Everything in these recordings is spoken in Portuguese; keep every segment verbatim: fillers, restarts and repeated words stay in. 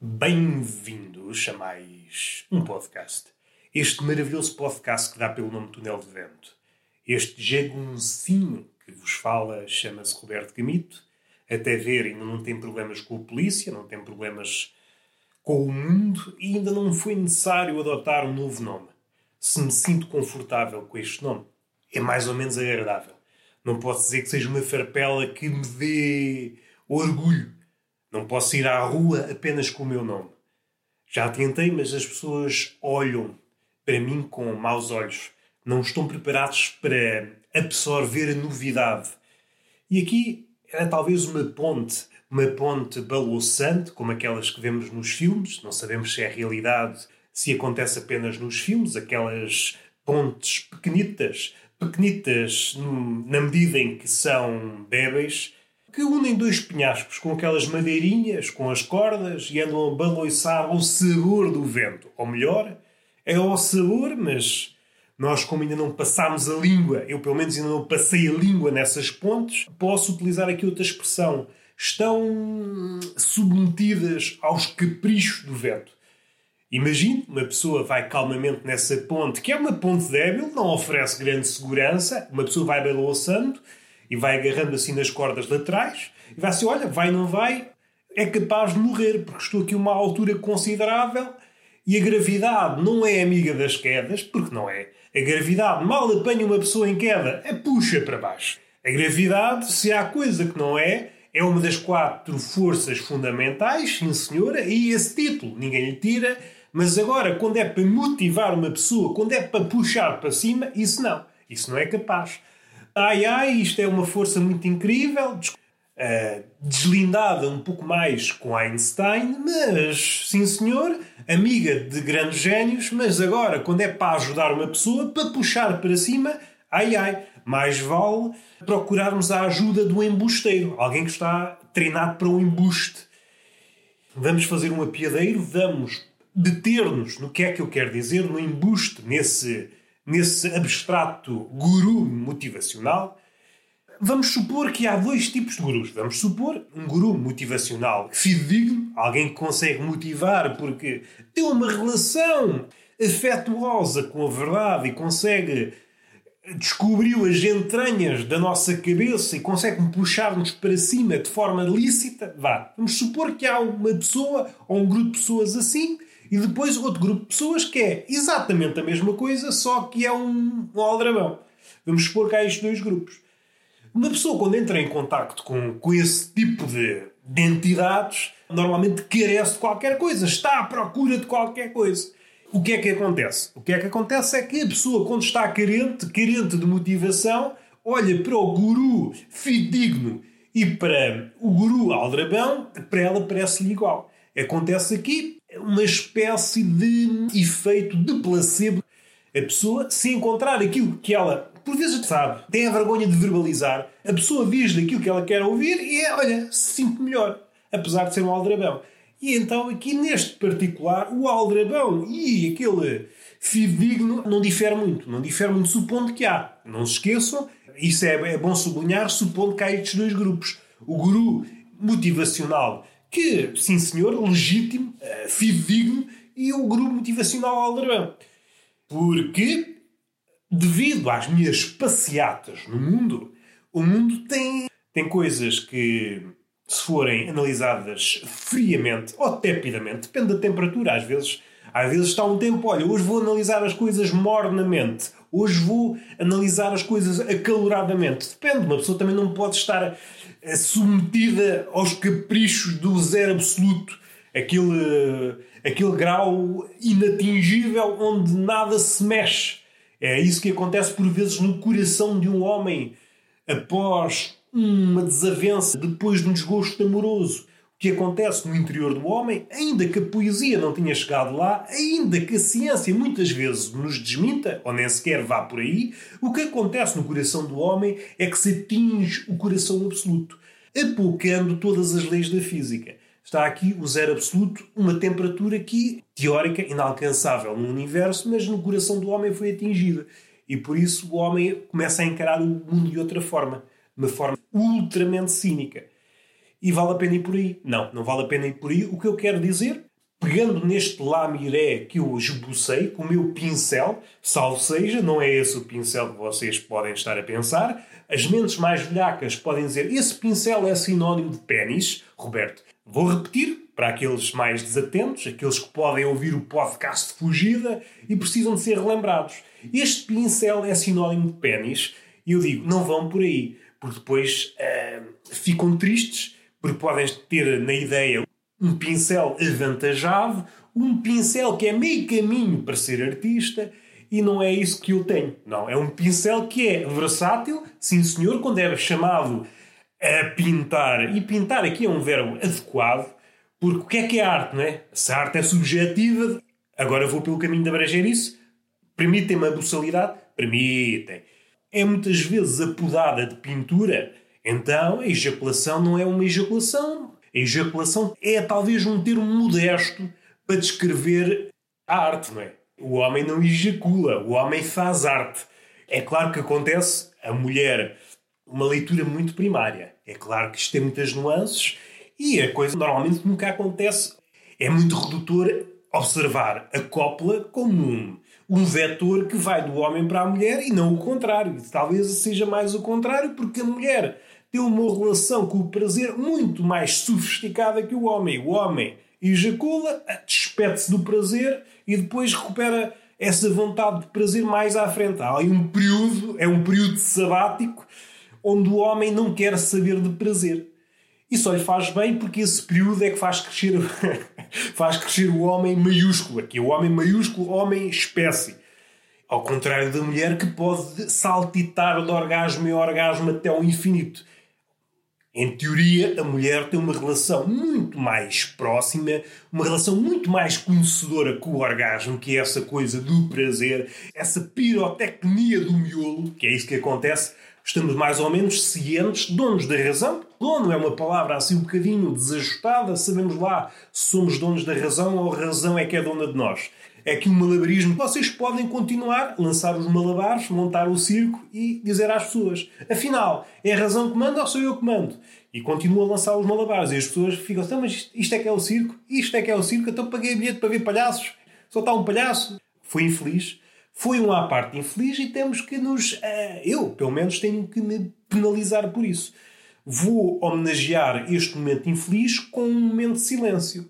Bem-vindos a mais um podcast. Este maravilhoso podcast que dá pelo nome Túnel de Vento. Este jaguncinho que vos fala chama-se Roberto Gamito. Até ver, ainda não tem problemas com a polícia, não tem problemas com o mundo e ainda não foi necessário adotar um novo nome. Se me sinto confortável com este nome, é mais ou menos agradável. Não posso dizer que seja uma farpela que me dê orgulho. Não posso ir à rua apenas com o meu nome. Já tentei, mas as pessoas olham para mim com maus olhos. Não estão preparados para absorver a novidade. E aqui era talvez uma ponte, uma ponte balouçante, como aquelas que vemos nos filmes. Não sabemos se é realidade, se acontece apenas nos filmes. Aquelas pontes pequenitas, pequenitas na medida em que são débeis, que unem dois penhascos com aquelas madeirinhas, com as cordas, e andam a baloiçar ao sabor do vento. Ou melhor, é ao sabor, mas nós, como ainda não passámos a língua, eu pelo menos ainda não passei a língua nessas pontes, posso utilizar aqui outra expressão. Estão submetidas aos caprichos do vento. Imagine, uma pessoa vai calmamente nessa ponte, que é uma ponte débil, não oferece grande segurança, uma pessoa vai balouçando e vai agarrando assim nas cordas laterais, e vai assim, olha, vai não vai, é capaz de morrer, porque estou aqui a uma altura considerável e a gravidade não é amiga das quedas, porque não é. A gravidade mal apanha uma pessoa em queda, a puxa para baixo. A gravidade, se há coisa que não é, é uma das quatro forças fundamentais, sim senhora, e esse título ninguém lhe tira, mas agora, quando é para motivar uma pessoa, quando é para puxar para cima, isso não. Isso não é capaz. Ai, ai, isto é uma força muito incrível, uh, deslindada um pouco mais com Einstein, mas, sim senhor, amiga de grandes génios, mas agora, quando é para ajudar uma pessoa, para puxar para cima, ai, ai, mais vale procurarmos a ajuda do embusteiro, alguém que está treinado para um embuste. Vamos fazer um apiadeiro, vamos deter-nos no que é que eu quero dizer, no embuste, nesse... nesse abstrato guru motivacional. Vamos supor que há dois tipos de gurus. Vamos supor um guru motivacional fidedigno, alguém que consegue motivar porque tem uma relação afetuosa com a verdade e consegue descobrir as entranhas da nossa cabeça e consegue puxar-nos para cima de forma lícita. Vá. Vamos supor que há uma pessoa ou um grupo de pessoas assim. E depois outro grupo de pessoas que é exatamente a mesma coisa, só que é um, um aldrabão. Vamos supor que há estes dois grupos. Uma pessoa, quando entra em contacto com, com esse tipo de, de entidades, normalmente carece de qualquer coisa, está à procura de qualquer coisa. O que é que acontece? O que é que acontece é que a pessoa, quando está carente, carente de motivação, olha para o guru fidedigno e para o guru aldrabão, para ela parece-lhe igual. Acontece aqui uma espécie de efeito de placebo. A pessoa, se encontrar aquilo que ela, por vezes sabe, tem a vergonha de verbalizar, a pessoa diz-lhe aquilo que ela quer ouvir e é, olha, se sinto melhor, apesar de ser um aldrabão. E então, aqui neste particular, o aldrabão e aquele fidedigno não difere muito. Não difere muito, supondo que há. Não se esqueçam, isso é, é bom sublinhar, supondo que há estes dois grupos. O guru motivacional, que, sim senhor, legítimo, uh, fidedigno, e o guru motivacional aldrabão. Porque, devido às minhas passeatas no mundo, o mundo tem, tem coisas que, se forem analisadas friamente ou tepidamente, depende da temperatura, às vezes, às vezes está um tempo, olha, hoje vou analisar as coisas mornamente, hoje vou analisar as coisas acaloradamente. Depende, uma pessoa também não pode estar submetida aos caprichos do zero absoluto, aquele, aquele grau inatingível onde nada se mexe. É isso que acontece por vezes no coração de um homem após uma desavença, depois de um desgosto amoroso. O que acontece no interior do homem, ainda que a poesia não tenha chegado lá, ainda que a ciência muitas vezes nos desminta, ou nem sequer vá por aí, o que acontece no coração do homem é que se atinge o coração absoluto, apocando todas as leis da física. Está aqui o zero absoluto, uma temperatura aqui, teórica, inalcançável no universo, mas no coração do homem foi atingida. E por isso o homem começa a encarar o mundo de outra forma, de uma forma ultramente cínica. E vale a pena ir por aí? Não, não vale a pena ir por aí. O que eu quero dizer, pegando neste lamiré que eu esbocei com o meu pincel, salvo seja, não é esse o pincel que vocês podem estar a pensar. As mentes mais velhacas podem dizer esse pincel é sinónimo de pénis. Roberto, vou repetir para aqueles mais desatentos, aqueles que podem ouvir o podcast de fugida e precisam de ser relembrados. Este pincel é sinónimo de pénis e eu digo, não vão por aí, porque depois uh, ficam tristes, porque podem ter na ideia um pincel avantajado, um pincel que é meio caminho para ser artista, e não é isso que eu tenho. Não, é um pincel que é versátil, sim senhor, quando é chamado a pintar. E pintar aqui é um verbo adequado, porque o que é que é arte, não é? Se a arte é subjetiva, agora vou pelo caminho de abranger isso, permitem-me a boçalidade? Permitem. É muitas vezes apodada de pintura, então a ejaculação não é uma ejaculação. A ejaculação é talvez um termo modesto para descrever a arte, não é? O homem não ejacula, o homem faz arte. É claro que acontece a mulher uma leitura muito primária. É claro que isto tem muitas nuances e a coisa normalmente nunca acontece. É muito redutor observar a cópula como um, um vetor que vai do homem para a mulher e não o contrário. Talvez seja mais o contrário, porque a mulher tem uma relação com o prazer muito mais sofisticada que o homem. O homem ejacula, despede-se do prazer e depois recupera essa vontade de prazer mais à frente. Há aí um período, é um período sabático, onde o homem não quer saber de prazer. E só lhe faz bem porque esse período é que faz crescer, faz crescer o homem maiúsculo. Aqui o homem maiúsculo, homem espécie. Ao contrário da mulher que pode saltitar de orgasmo em orgasmo até ao infinito. Em teoria, a mulher tem uma relação muito mais próxima, uma relação muito mais conhecedora com o orgasmo, que é essa coisa do prazer, essa pirotecnia do miolo, que é isso que acontece. Estamos mais ou menos cientes, donos da razão. Dono é uma palavra assim um bocadinho desajustada, sabemos lá se somos donos da razão ou a razão é que é dona de nós. É que um malabarismo, vocês podem continuar, lançar os malabares, montar o circo e dizer às pessoas, afinal, é a razão que manda ou sou eu que mando? E continuam a lançar os malabares e as pessoas ficam assim, mas isto é que é o circo? Isto é que é o circo? Então paguei bilhete para ver palhaços? Só está um palhaço? Foi infeliz. Foi um à parte infeliz e temos que nos... Uh, eu, pelo menos, tenho que me penalizar por isso. Vou homenagear este momento infeliz com um momento de silêncio.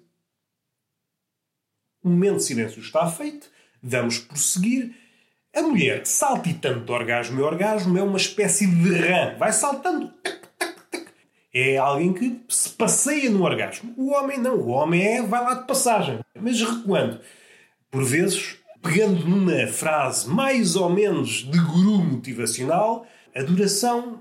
O momento de silêncio está feito, vamos prosseguir. A mulher, saltitando de orgasmo em orgasmo, é uma espécie de rã. Vai saltando. É alguém que se passeia no orgasmo. O homem não. O homem é, vai lá de passagem. Mas recuando. Por vezes, pegando numa frase mais ou menos de guru motivacional, a duração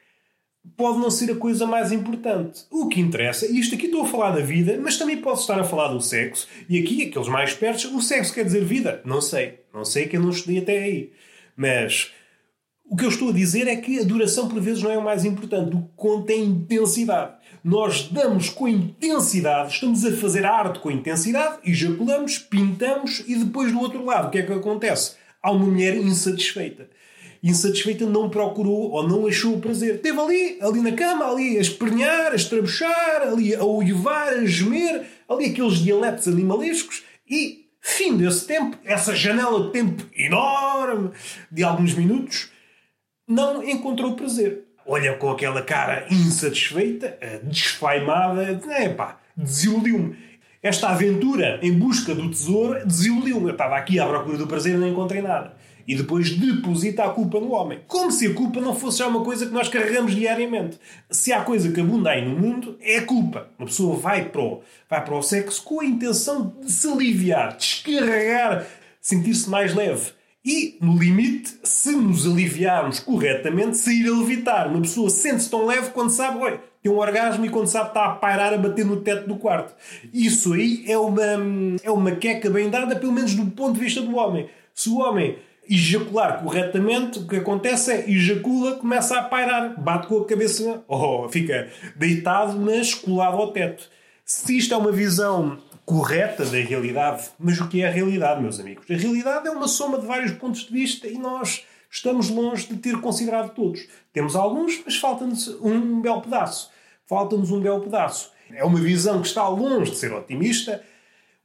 pode não ser a coisa mais importante. O que interessa, e isto aqui estou a falar da vida, mas também posso estar a falar do sexo, e aqui, aqueles mais pertos, o sexo quer dizer vida? Não sei. Não sei que eu não estudei até aí. Mas o que eu estou a dizer é que a duração por vezes não é o mais importante. O que conta é a intensidade. Nós damos com intensidade, estamos a fazer arte com intensidade, ejaculamos, pintamos, e depois do outro lado, o que é que acontece? Há uma mulher insatisfeita. Insatisfeita não procurou ou não achou o prazer. Esteve ali, ali na cama, ali a espernear, a estrabuchar, ali a uivar, a gemer, ali aqueles dialetos animalescos e, fim desse tempo, essa janela de tempo enorme de alguns minutos, não encontrou prazer. Olha com aquela cara insatisfeita, desfaimada, epá, desiludiu-me. Esta aventura em busca do tesouro desiludiu-me. Eu estava aqui à procura do prazer e não encontrei nada. E depois deposita a culpa no homem. Como se a culpa não fosse já uma coisa que nós carregamos diariamente. Se há coisa que abunda aí no mundo, é a culpa. Uma pessoa vai para o, vai para o sexo com a intenção de se aliviar, descarregar, sentir-se mais leve. E, no limite, se nos aliviarmos corretamente, sair a levitar. Uma pessoa sente-se tão leve quando sabe, oi, tem um orgasmo e quando sabe está a pairar a bater no teto do quarto. Isso aí é uma, é uma queca bem dada, pelo menos do ponto de vista do homem. Se o homem ejacular corretamente, o que acontece é ejacula, começa a pairar, bate com a cabeça, ou fica deitado, mas colado ao teto. Se isto é uma visão correta da realidade, mas o que é a realidade, meus amigos? A realidade é uma soma de vários pontos de vista e nós estamos longe de ter considerado todos. Temos alguns, mas falta-nos um belo pedaço. Falta-nos um belo pedaço. É uma visão que está longe de ser otimista.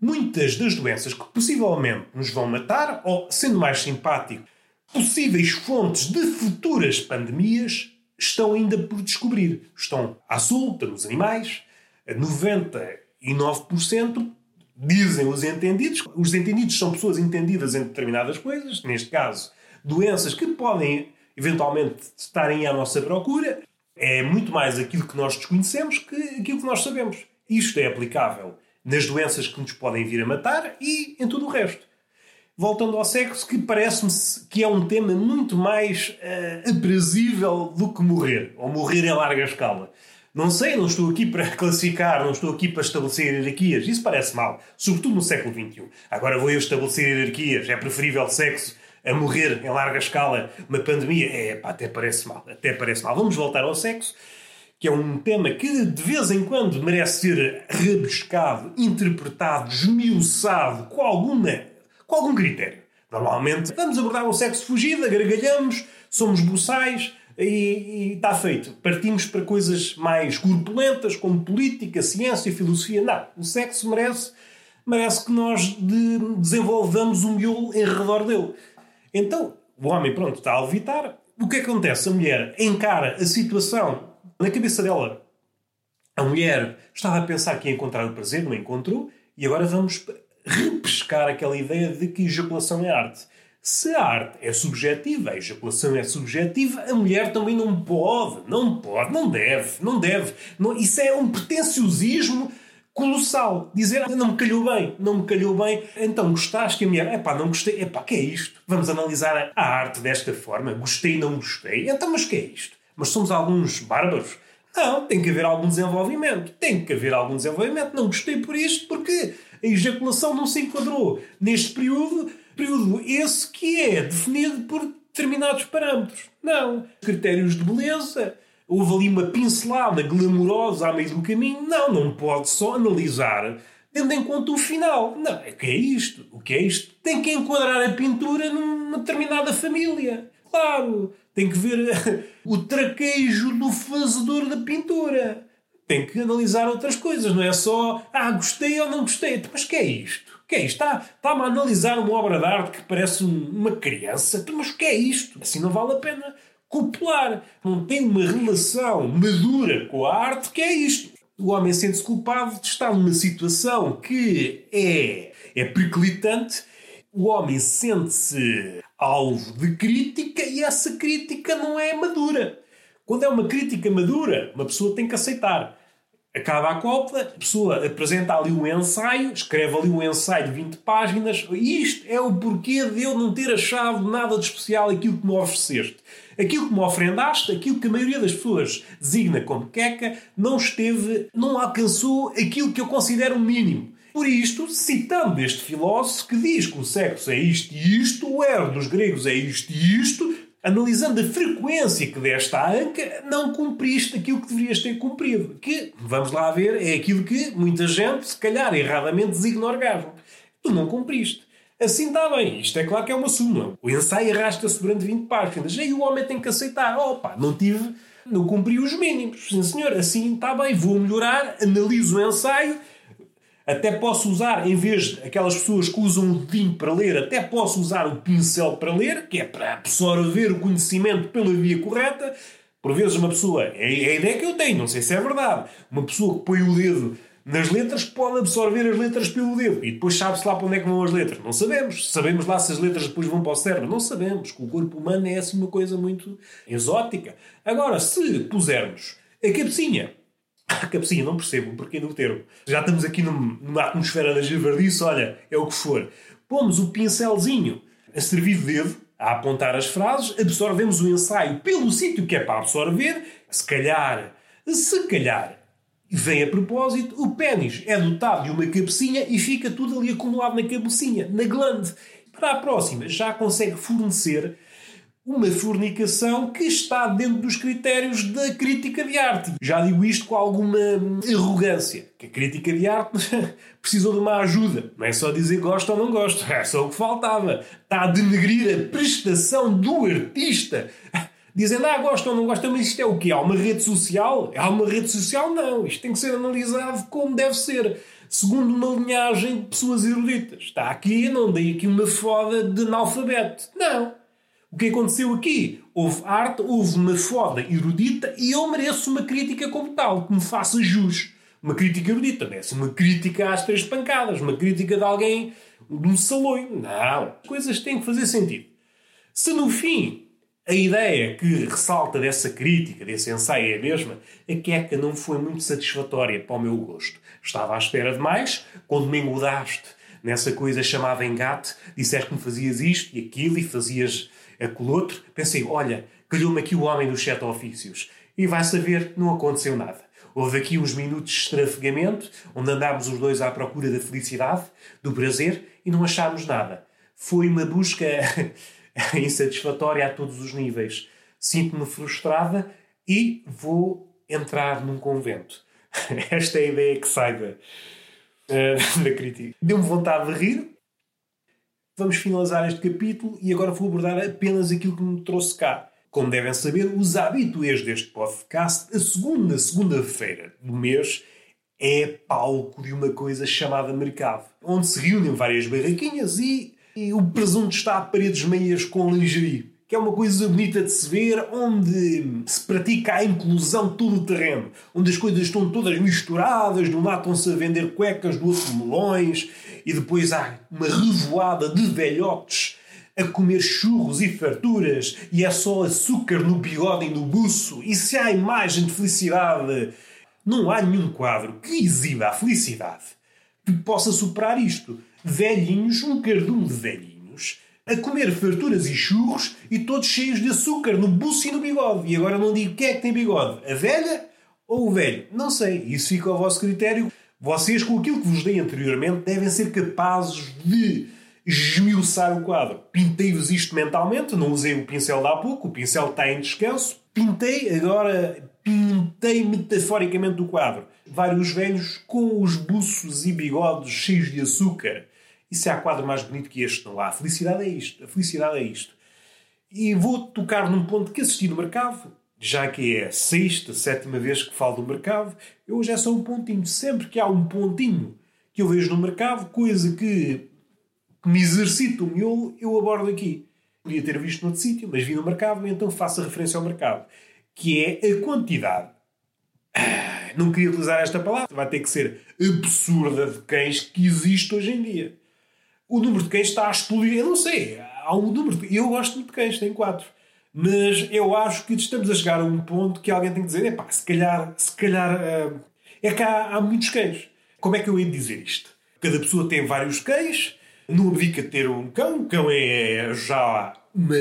Muitas das doenças que possivelmente nos vão matar, ou, sendo mais simpático, possíveis fontes de futuras pandemias, estão ainda por descobrir. Estão à solta nos animais. noventa e nove por cento dizem os entendidos. Os entendidos são pessoas entendidas em determinadas coisas. Neste caso, doenças que podem eventualmente estarem à nossa procura. É muito mais aquilo que nós desconhecemos que aquilo que nós sabemos. Isto é aplicável nas doenças que nos podem vir a matar e em tudo o resto. Voltando ao sexo, que parece-me que é um tema muito mais uh, aprazível do que morrer. Ou morrer em larga escala. Não sei, não estou aqui para classificar, não estou aqui para estabelecer hierarquias. Isso parece mal, sobretudo no século vinte e um. Agora vou eu estabelecer hierarquias. É preferível sexo a morrer em larga escala uma pandemia? É, pá, até parece mal, até parece mal. Vamos voltar ao sexo, que é um tema que de vez em quando merece ser rebuscado, interpretado, esmiuçado, com alguma, com algum critério. Normalmente vamos abordar o sexo fugido, gargalhamos, somos boçais e, e está feito. Partimos para coisas mais corpulentas, como política, ciência e filosofia. Não, o sexo merece, merece que nós de, desenvolvamos um miolo em redor dele. Então, o homem, pronto, está a levitar. O que acontece? A mulher encara a situação na cabeça dela. A mulher estava a pensar que ia encontrar o prazer, não encontrou, e agora vamos repescar aquela ideia de que ejaculação é arte. Se a arte é subjetiva, a ejaculação é subjetiva, a mulher também não pode, não pode, não deve, não deve. Não, isso é um pretenciosismo colossal. Dizer, não me calhou bem, não me calhou bem. Então, gostaste? E a mulher, epá, não gostei. Epá, que é isto? Vamos analisar a arte desta forma. Gostei, não gostei. Então, mas que é isto? Mas somos alguns bárbaros? Não, tem que haver algum desenvolvimento. Tem que haver algum desenvolvimento. Não gostei por isto porque a ejaculação não se enquadrou neste período, período esse que é definido por determinados parâmetros. Não. Critérios de beleza. Houve ali uma pincelada glamourosa à meio do caminho. Não, não pode só analisar tendo em conta o final. Não, o que é isto? O que é isto? Tem que enquadrar a pintura numa determinada família. Claro, tem que ver o traquejo do fazedor da pintura. Tem que analisar outras coisas. Não é só, ah, gostei ou não gostei. Mas o que é isto? O que é isto? Está, está-me a analisar uma obra de arte que parece uma criança. Mas o que é isto? Assim não vale a pena copular. Não tem uma relação madura com a arte, que é isto. O homem sente-se culpado de estar numa situação que é, é periclitante. O homem sente-se alvo de crítica e essa crítica não é madura. Quando é uma crítica madura, uma pessoa tem que aceitar. Acaba a cópula, a pessoa apresenta ali um ensaio, escreve ali um ensaio de vinte páginas. Isto é o porquê de eu não ter achado nada de especial aquilo que me ofereceste. Aquilo que me ofrendaste, aquilo que a maioria das pessoas designa como queca, não esteve, não alcançou aquilo que eu considero o mínimo. Por isto, citando este filósofo que diz que o sexo é isto e isto, o erro dos gregos é isto e isto, analisando a frequência que deste à anca, não cumpriste aquilo que deverias ter cumprido. Que, vamos lá ver, é aquilo que muita gente, se calhar erradamente, designa orgasmo. Tu não cumpriste. Assim está bem. Isto é claro que é uma súmula. O ensaio arrasta-se durante vinte páginas. Aí o homem tem que aceitar. Opa, não tive, não cumpri os mínimos. Sim, senhor, assim está bem. Vou melhorar, analiso o ensaio. Até posso usar, em vez de aquelas pessoas que usam o dedinho para ler, até posso usar o pincel para ler, que é para absorver o conhecimento pela via correta. Por vezes uma pessoa, é a ideia que eu tenho, não sei se é verdade, uma pessoa que põe o dedo nas letras pode absorver as letras pelo dedo e depois sabe-se lá para onde é que vão as letras. Não sabemos. Sabemos lá se as letras depois vão para o cérebro. Não sabemos, que o corpo humano é assim uma coisa muito exótica. Agora, se pusermos a cabecinha, a cabecinha, não percebo o porquê do termo. Já estamos aqui num, numa atmosfera da javardice, olha, é o que for. Pomos o pincelzinho a servir de dedo, a apontar as frases, absorvemos o ensaio pelo sítio que é para absorver, se calhar, se calhar, vem a propósito, o pénis é dotado de uma cabecinha e fica tudo ali acumulado na cabecinha, na glande. Para a próxima, já consegue fornecer uma fornicação que está dentro dos critérios da crítica de arte. Já digo isto com alguma arrogância, que a crítica de arte precisou de uma ajuda. Não é só dizer gosto ou não gosto, é só o que faltava. Está a denegrir a prestação do artista. Dizendo, ah, gostam ou não gostam, mas isto é o quê? Há uma rede social? Há uma rede social? Não. Isto tem que ser analisado como deve ser. Segundo uma linhagem de pessoas eruditas. Está aqui, não dei aqui uma foda de analfabeto. Não. O que aconteceu aqui? Houve arte, houve uma foda erudita e eu mereço uma crítica como tal, que me faça jus. Uma crítica erudita, merece uma crítica às três pancadas, uma crítica de alguém de um saloio. Não. As coisas têm que fazer sentido. Se no fim a ideia que ressalta dessa crítica, desse ensaio é a mesma, a queca não foi muito satisfatória para o meu gosto. Estava à espera de mais, quando me engodaste nessa coisa chamada engate, disseste que me fazias isto e aquilo e fazias aquilo outro, pensei, olha, calhou-me aqui o homem dos sete ofícios. E vai saber, não aconteceu nada. Houve aqui uns minutos de estrafegamento, onde andámos os dois à procura da felicidade, do prazer, e não achámos nada. Foi uma busca insatisfatória a todos os níveis. Sinto-me frustrada e vou entrar num convento. Esta é a ideia que sai da, uh, da crítica. Deu-me vontade de rir. Vamos finalizar este capítulo e agora vou abordar apenas aquilo que me trouxe cá. Como devem saber, os habituês deste podcast, a segunda segunda-feira do mês é palco de uma coisa chamada mercado, onde se reúnem várias barraquinhas e, e o presunto está a paredes meias com lingerie, que é uma coisa bonita de se ver, onde se pratica a inclusão de todo o terreno, onde as coisas estão todas misturadas, de um lado estão-se a vender cuecas, do outro melões, e depois há uma revoada de velhotes a comer churros e farturas, e é só açúcar no bigode e no buço, e se há imagem de felicidade, não há nenhum quadro que exiba a felicidade que possa superar isto. Velhinhos, um cardume de velhinhos, a comer farturas e churros e todos cheios de açúcar no buço e no bigode. E agora não digo quem é que tem bigode, a velha ou o velho? Não sei, isso fica ao vosso critério. Vocês, com aquilo que vos dei anteriormente, devem ser capazes de esmiuçar o quadro. Pintei-vos isto mentalmente, não usei o pincel de há pouco, o pincel está em descanso. Pintei, agora pintei metaforicamente o quadro. Vários velhos com os buços e bigodes cheios de açúcar. E se há quadro mais bonito que este, não há. A felicidade é isto. A felicidade é isto. E vou tocar num ponto que assisti no mercado, já que é a sexta, sétima vez que falo do mercado. Eu hoje é só um pontinho. Sempre que há um pontinho que eu vejo no mercado, coisa que que me exercita o miolo, eu abordo aqui. Podia ter visto noutro sítio, mas vi no mercado, então faço a referência ao mercado. Que é a quantidade. Ah, não queria utilizar esta palavra. Vai ter que ser absurda de cães que existe hoje em dia. O número de cães está a explodir. Eu não sei. Há um número de... Eu gosto muito de cães, tenho quatro. Mas eu acho que estamos a chegar a um ponto que alguém tem que dizer, epá, se calhar, se calhar uh, é que há, há muitos cães. Como é que eu ia dizer isto? Cada pessoa tem vários cães. Não abdica de ter um cão. O cão é já uma...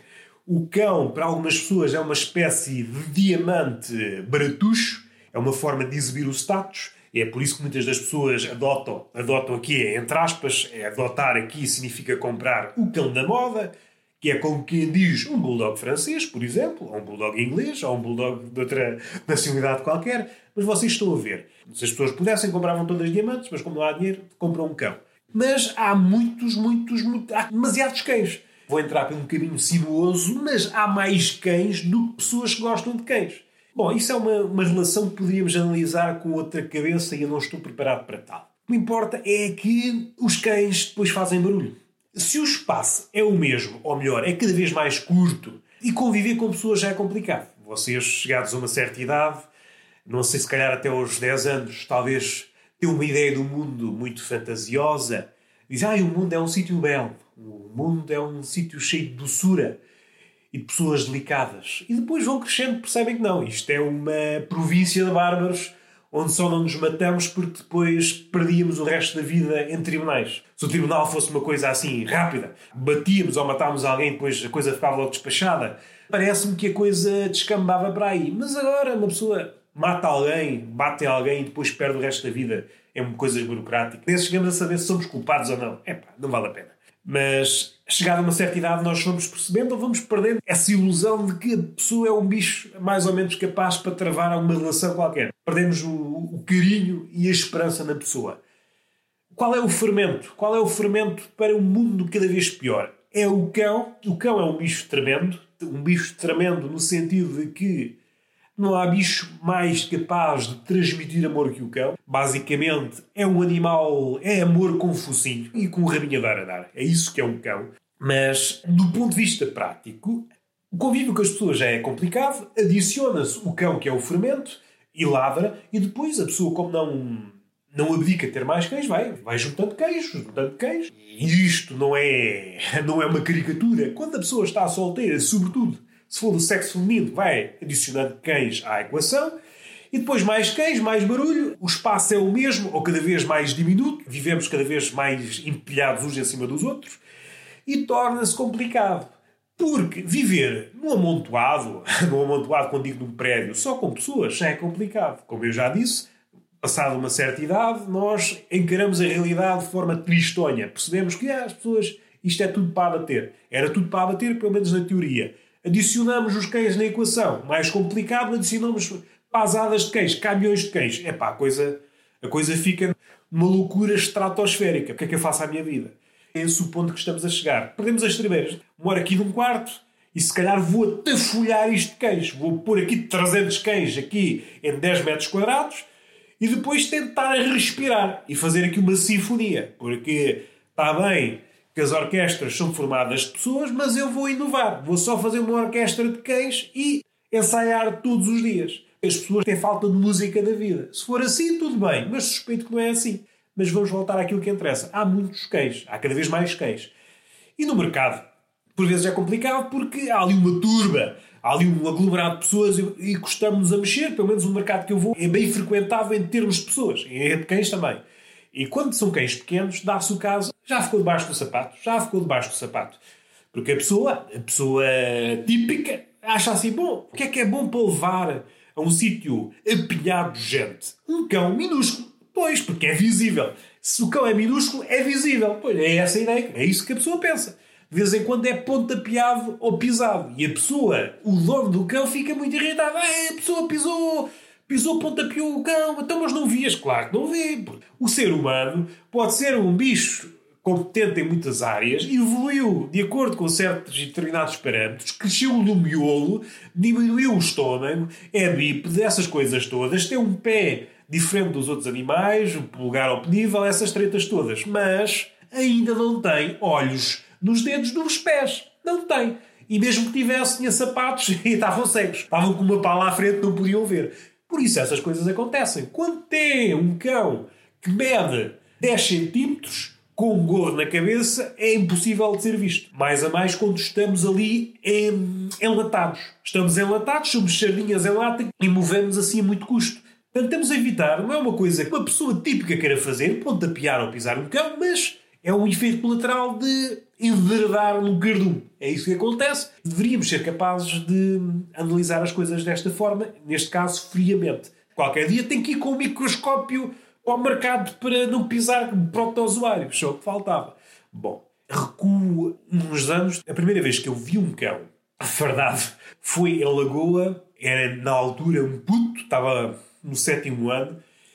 O cão, para algumas pessoas, é uma espécie de diamante baratucho. É uma forma de exibir o status. E é por isso que muitas das pessoas adotam. Adotam aqui, entre aspas, é adotar aqui significa comprar o cão da moda, que é como quem diz um bulldog francês, por exemplo, ou um bulldog inglês, ou um bulldog de outra nacionalidade qualquer. Mas vocês estão a ver. Se as pessoas pudessem, compravam todas diamantes, mas como não há dinheiro, compram um cão. Mas há muitos, muitos, muitos... Há demasiados cães. Vou entrar por um caminho sinuoso, mas há mais cães do que pessoas que gostam de cães. Bom, isso é uma, uma relação que podíamos analisar com outra cabeça e eu não estou preparado para tal. O que me importa é que os cães depois fazem barulho. Se o espaço é o mesmo, ou melhor, é cada vez mais curto, e conviver com pessoas já é complicado. Vocês, chegados a uma certa idade, não sei, se calhar até aos dez anos, talvez... tem uma ideia do mundo muito fantasiosa. Diz, ah, o mundo é um sítio belo. O mundo é um sítio cheio de doçura e de pessoas delicadas. E depois vão crescendo e percebem que não. Isto é uma província de bárbaros onde só não nos matamos porque depois perdíamos o resto da vida em tribunais. Se o tribunal fosse uma coisa assim, rápida, batíamos ou matávamos alguém e depois a coisa ficava logo despachada, parece-me que a coisa descambava para aí. Mas agora uma pessoa... mata alguém, bate alguém e depois perde o resto da vida em coisas burocráticas. Nem chegamos a saber se somos culpados ou não. Epá, não vale a pena. Mas, chegada a uma certa idade, nós vamos percebendo ou vamos perdendo essa ilusão de que a pessoa é um bicho mais ou menos capaz para travar alguma relação qualquer. Perdemos o, o carinho e a esperança na pessoa. Qual é o fermento? Qual é o fermento para um mundo cada vez pior? é o cão. O cão é um bicho tremendo. Um bicho tremendo no sentido de que não há bicho mais capaz de transmitir amor que o cão. Basicamente, é um animal, é amor com focinho e com o rabinho a dar a dar. É isso que é um cão. Mas, do ponto de vista prático, o convívio com as pessoas já é complicado. Adiciona-se o cão, que é o fermento, e ladra. E depois a pessoa, como não, não abdica a ter mais cães, vai, vai juntando cães, juntando cães. E isto não é, não é uma caricatura. Quando a pessoa está solteira, sobretudo, se for do sexo feminino, vai adicionando cães à equação. E depois mais cães, mais barulho. O espaço é o mesmo, ou cada vez mais diminuto. Vivemos cada vez mais empilhados uns em cima dos outros. E torna-se complicado. Porque viver num amontoado, num amontoado, quando digo num prédio, só com pessoas, já é complicado. Como eu já disse, passada uma certa idade, nós encaramos a realidade de forma tristonha. Percebemos que ah, as pessoas, isto é tudo para abater. Era tudo para abater, pelo menos na teoria. Adicionamos os cães na equação. Mais complicado, adicionamos pasadas de cães, caminhões de cães. Epá, a coisa, a coisa fica numa loucura estratosférica. O que é que eu faço à minha vida? É esse o ponto que estamos a chegar. Perdemos as tribeiras. Moro aqui num quarto e se calhar vou atafolhar isto de cães. Vou pôr aqui trezentos cães aqui em dez metros quadrados e depois tentar respirar e fazer aqui uma sinfonia. Porque está bem que as orquestras são formadas de pessoas, mas eu vou inovar. Vou só fazer uma orquestra de cães e ensaiar todos os dias. As pessoas têm falta de música da vida. Se for assim, tudo bem. Mas suspeito que não é assim. Mas vamos voltar àquilo que interessa. Há muitos cães. Há cada vez mais cães. E no mercado, por vezes é complicado porque há ali uma turba. Há ali um aglomerado de pessoas e, e custamos-nos a mexer. Pelo menos o mercado que eu vou é bem frequentado em termos de pessoas. E de cães também. E quando são cães pequenos, dá-se o caso, já ficou debaixo do sapato, já ficou debaixo do sapato. Porque a pessoa, a pessoa típica, acha assim, bom, o que é que é bom para levar a um sítio apinhado de gente? Um cão minúsculo. Pois, porque é visível. Se o cão é minúsculo, é visível. Pois, é essa a ideia. É isso que a pessoa pensa. De vez em quando é pontapeado ou pisado. E a pessoa, o dono do cão, fica muito irritado. Ah, a pessoa pisou... Pisou, pontapeou o cão. Então, mas não vias? Claro que não vê. O ser humano pode ser um bicho competente em muitas áreas, evoluiu de acordo com certos e determinados parâmetros, cresceu no miolo, diminuiu o estômago, é bípede, essas coisas todas, tem um pé diferente dos outros animais, o polegar openível, essas tretas todas. Mas ainda não tem olhos nos dedos dos pés. Não tem. E mesmo que tivesse, tinha sapatos e estavam cegos. Estavam com uma pala à frente, não podiam ver. Por isso essas coisas acontecem. Quando tem um cão que mede dez centímetros com um gorro na cabeça, é impossível de ser visto. Mais a mais quando estamos ali em, enlatados. Estamos enlatados, somos sardinhas em lata e movemos assim a muito custo. Portanto, temos a evitar, não é uma coisa que uma pessoa típica queira fazer, pontapear ou pisar um cão, mas é um efeito colateral de enveredar no cardume. É isso que acontece. Deveríamos ser capazes de analisar as coisas desta forma, neste caso, friamente. Qualquer dia tem que ir com o microscópio ao mercado para não pisar protozoários. Só o que faltava. Bom, recuo uns anos. A primeira vez que eu vi um cão fardado foi em Lagoa. Era, na altura, um puto. Estava no sétimo ano.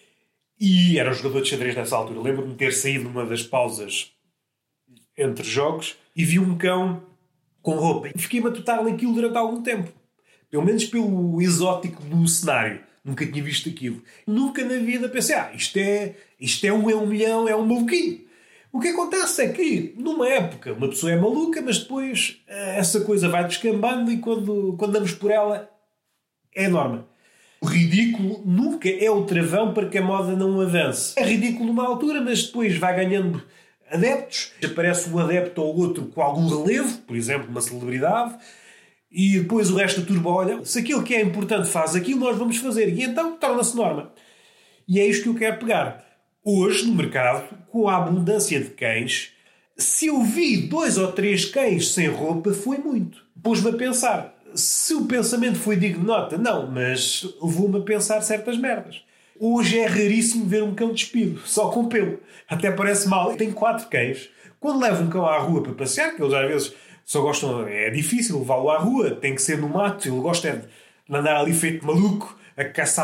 E era um jogador de xadrez nessa altura. Lembro-me de ter saído numa das pausas entre jogos e vi um cão com roupa. E fiquei a matutar naquilo durante algum tempo. Pelo menos pelo exótico do cenário. Nunca tinha visto aquilo. Nunca na vida pensei, ah, isto é, isto é um, é um milhão, é um maluquinho. O que acontece é que, numa época, uma pessoa é maluca, mas depois essa coisa vai descambando e quando, quando damos por ela, é norma. O ridículo nunca é o travão para que a moda não avance. É ridículo numa altura, mas depois vai ganhando adeptos. Aparece um adepto ou outro com algum relevo, por exemplo, uma celebridade, e depois o resto da turba olha. Se aquilo que é importante faz aquilo, nós vamos fazer. E então torna-se norma. E é isto que eu quero pegar. Hoje, no mercado, com a abundância de cães, se eu vi dois ou três cães sem roupa, foi muito. Pôs-me a pensar. Se o pensamento foi digno de nota, não, mas levou-me a pensar certas merdas. Hoje é raríssimo ver um cão despido, só com pelo. Até parece mal. Eu tenho quatro cães. Quando levo um cão à rua para passear, que eles às vezes só gostam... É difícil levá-lo à rua, tem que ser no mato. Ele gosta de andar ali feito maluco, a caçar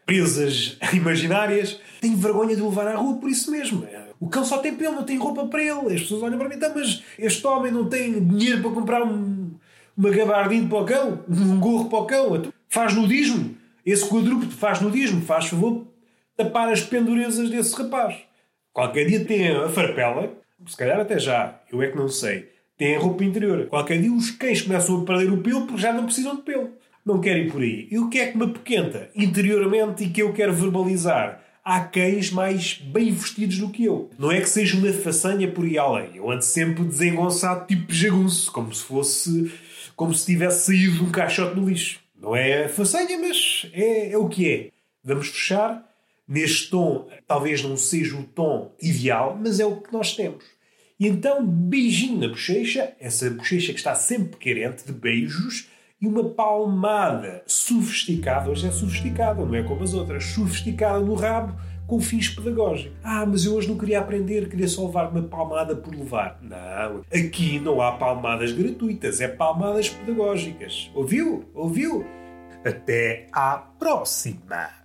presas imaginárias, tenho vergonha de o levar à rua por isso mesmo. O cão só tem pelo, não tem roupa para ele. As pessoas olham para mim, então, mas este homem não tem dinheiro para comprar um, uma gabardine para o cão, um gorro para o cão. Faz nudismo. Esse quadrúpede faz nudismo. Faz favor tapar as pendurezas desse rapaz. Qualquer dia tem a farpela, se calhar até já, eu é que não sei, tem a roupa interior. Qualquer dia os cães começam a perder o pelo porque já não precisam de pelo. Não quero ir por aí. E o que é que me apoquenta interiormente e que eu quero verbalizar? Há cães mais bem vestidos do que eu. Não é que seja uma façanha por aí além. Eu ando sempre desengonçado tipo jagunço, como se fosse... como se tivesse saído de um caixote no lixo. Não é façanha, mas é, é o que é. Vamos fechar neste tom. Talvez não seja o tom ideal, mas é o que nós temos. E então, beijinho na bochecha, essa bochecha que está sempre carente de beijos, e uma palmada sofisticada. Hoje é sofisticada, não é como as outras. Sofisticada no rabo, com fins pedagógicos. Ah, mas eu hoje não queria aprender, queria só levar uma palmada por levar. Não, aqui não há palmadas gratuitas, é palmadas pedagógicas. Ouviu? Ouviu? Até à próxima!